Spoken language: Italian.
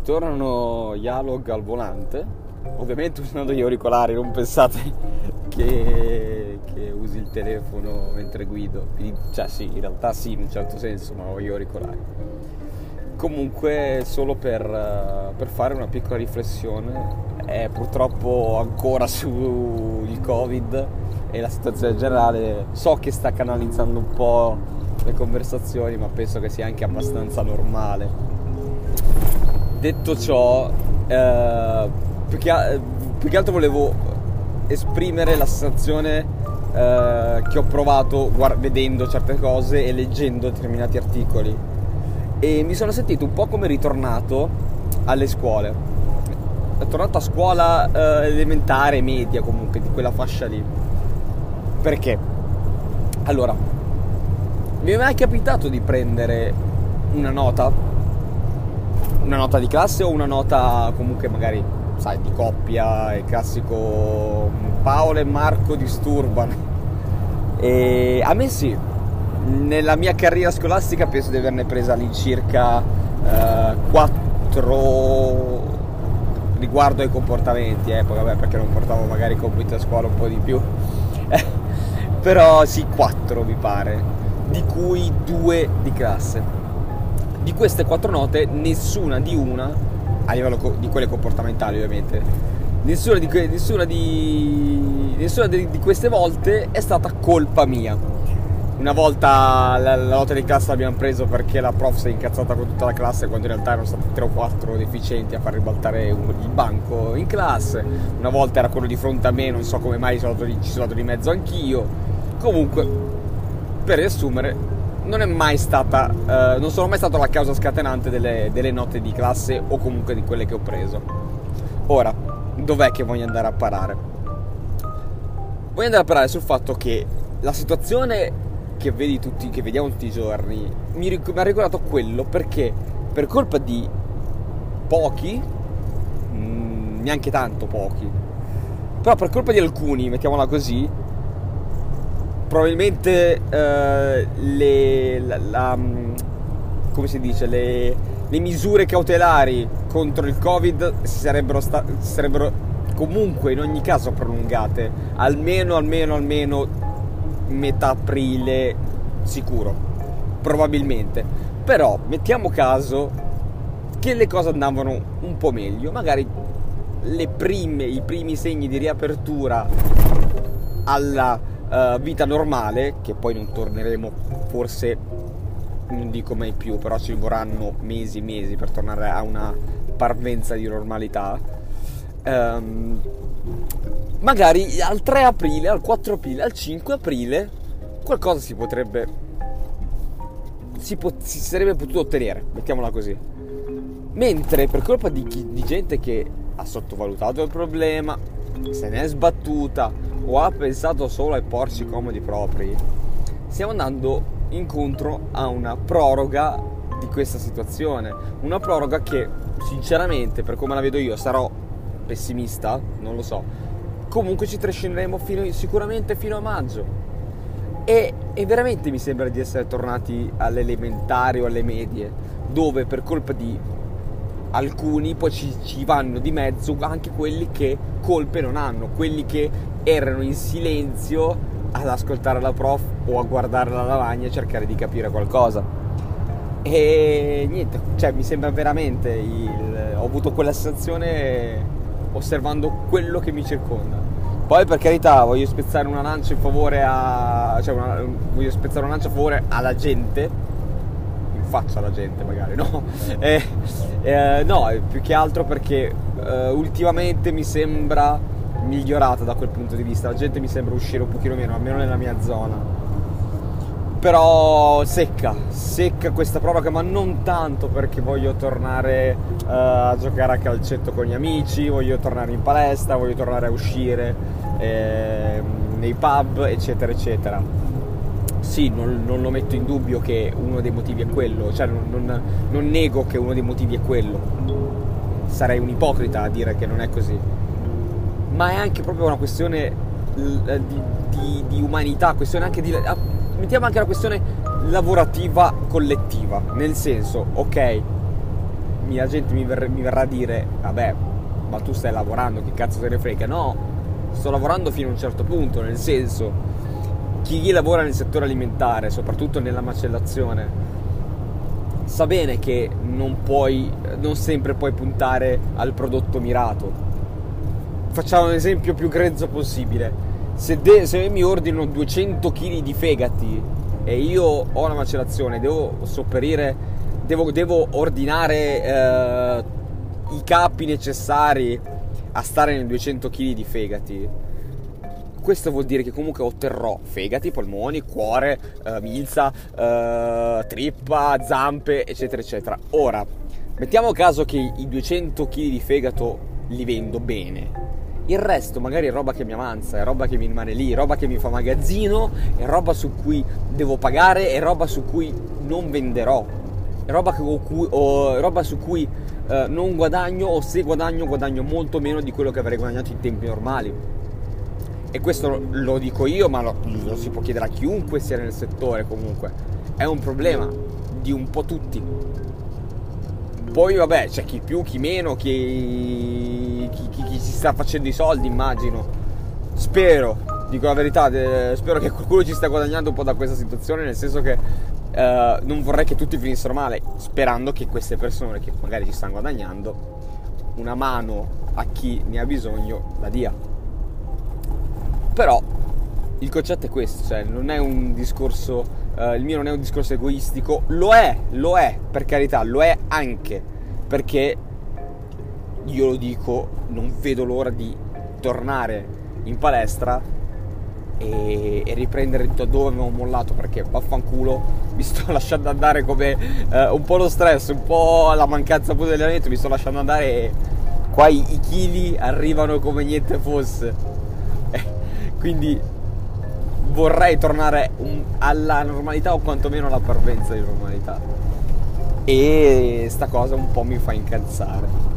ritornano Yalog al volante, ovviamente usando gli auricolari, non pensate che usi il telefono mentre guido, cioè sì, in realtà sì, in un certo senso, ma ho gli auricolari. Comunque solo per fare una piccola riflessione, purtroppo ancora sul Covid e la situazione generale, so che sta canalizzando un po' le conversazioni, ma penso che sia anche abbastanza normale. Detto ciò, più che altro volevo esprimere la sensazione che ho provato vedendo certe cose e leggendo determinati articoli, e mi sono sentito un po' come ritornato alle scuole, tornato a scuola elementare, media, comunque di quella fascia lì. Perché? Allora, mi è mai capitato di prendere una nota di classe o una nota comunque magari, sai, di coppia, il classico Paolo e Marco disturbano? E a me sì, nella mia carriera scolastica penso di averne presa all'incirca 4 riguardo ai comportamenti, poi vabbè, perché non portavo magari compiti a scuola un po' di più, però sì, 4 mi pare, di cui 2 di classe. Di queste 4 note, nessuna di quelle comportamentali ovviamente, nessuna di queste volte è stata colpa mia. Una volta la nota di classe l'abbiamo preso perché la prof si è incazzata con tutta la classe, quando in realtà erano stati 3 o 4 deficienti a far ribaltare il banco in classe. Una volta era quello di fronte a me, non so come mai ci sono andato di mezzo anch'io. Comunque, per riassumere, non sono mai stato la causa scatenante delle note di classe o comunque di quelle che ho preso. Ora, dov'è che voglio andare a parare? Voglio andare a parare sul fatto che la situazione che vediamo tutti i giorni mi ha ricordato quello, perché per colpa di pochi, neanche tanto pochi, però per colpa di alcuni, mettiamola così, probabilmente come si dice, le misure cautelari contro il Covid si sarebbero comunque in ogni caso prolungate almeno metà aprile sicuro, probabilmente. Però mettiamo caso che le cose andavano un po' meglio, magari i primi segni di riapertura alla vita normale, che poi non torneremo, forse non dico mai più, però ci vorranno mesi per tornare a una parvenza di normalità. Magari al 3 aprile, al 4 aprile, al 5 aprile qualcosa si sarebbe potuto ottenere, mettiamola così. Mentre per colpa di gente che ha sottovalutato il problema, se ne è sbattuta o ha pensato solo ai porci comodi propri, stiamo andando incontro a una proroga di questa situazione, una proroga che sinceramente, per come la vedo io, sarò pessimista, non lo so, comunque ci trascineremo sicuramente fino a maggio, e veramente mi sembra di essere tornati all'elementare o alle medie, dove per colpa di alcuni poi ci vanno di mezzo anche quelli che colpe non hanno, quelli che erano in silenzio ad ascoltare la prof o a guardare la lavagna e cercare di capire qualcosa. E niente, cioè mi sembra veramente ho avuto quella sensazione osservando quello che mi circonda. Poi, per carità, voglio spezzare una lancia a favore alla gente, in faccia alla gente magari, no? No, più che altro perché ultimamente mi sembra migliorata da quel punto di vista, la gente mi sembra uscire un pochino meno, almeno nella mia zona. Però secca questa proroga, ma non tanto perché voglio tornare a giocare a calcetto con gli amici, voglio tornare in palestra, voglio tornare a uscire nei pub, eccetera eccetera. Sì, non lo metto in dubbio che uno dei motivi è quello, cioè non nego che uno dei motivi è quello, sarei un ipocrita a dire che non è così, ma è anche proprio una questione di umanità, questione anche mettiamo anche la questione lavorativa collettiva, nel senso, ok, la gente mi verrà a dire: vabbè, ma tu stai lavorando, che cazzo te ne frega? No, sto lavorando fino a un certo punto, nel senso, chi lavora nel settore alimentare, soprattutto nella macellazione, sa bene che non sempre puoi puntare al prodotto mirato. Facciamo un esempio più grezzo possibile: se mi ordino 200 kg di fegati e io ho la macellazione, devo sopperire, devo ordinare i capi necessari a stare nei 200 kg di fegati, questo vuol dire che comunque otterrò fegati, polmoni, cuore, milza, trippa, zampe, eccetera eccetera. Ora, mettiamo caso che i 200 kg di fegato li vendo bene, il resto magari è roba che mi avanza, è roba che mi rimane lì, è roba che mi fa magazzino, è roba su cui devo pagare, è roba su cui non venderò, è roba su cui non guadagno, o se guadagno molto meno di quello che avrei guadagnato in tempi normali. E questo lo dico io, ma lo si può chiedere a chiunque sia nel settore. Comunque è un problema di un po' tutti. Poi vabbè, c'è chi più, chi meno, chi si sta facendo i soldi, immagino. Spero, dico la verità, spero che qualcuno ci stia guadagnando un po' da questa situazione, nel senso che non vorrei che tutti finissero male, sperando che queste persone che magari ci stanno guadagnando una mano a chi ne ha bisogno la dia. Però il concetto è questo, cioè non è un discorso, il mio non è un discorso egoistico, lo è, per carità, lo è anche perché, io lo dico, non vedo l'ora di tornare in palestra e riprendere da dove avevo mollato, perché vaffanculo, mi sto lasciando andare come un po' lo stress, un po' la mancanza pure dell'allenamento, mi sto lasciando andare e qua i chili arrivano come niente fosse. Quindi vorrei tornare alla normalità, o quantomeno alla parvenza di normalità, e sta cosa un po' mi fa incazzare.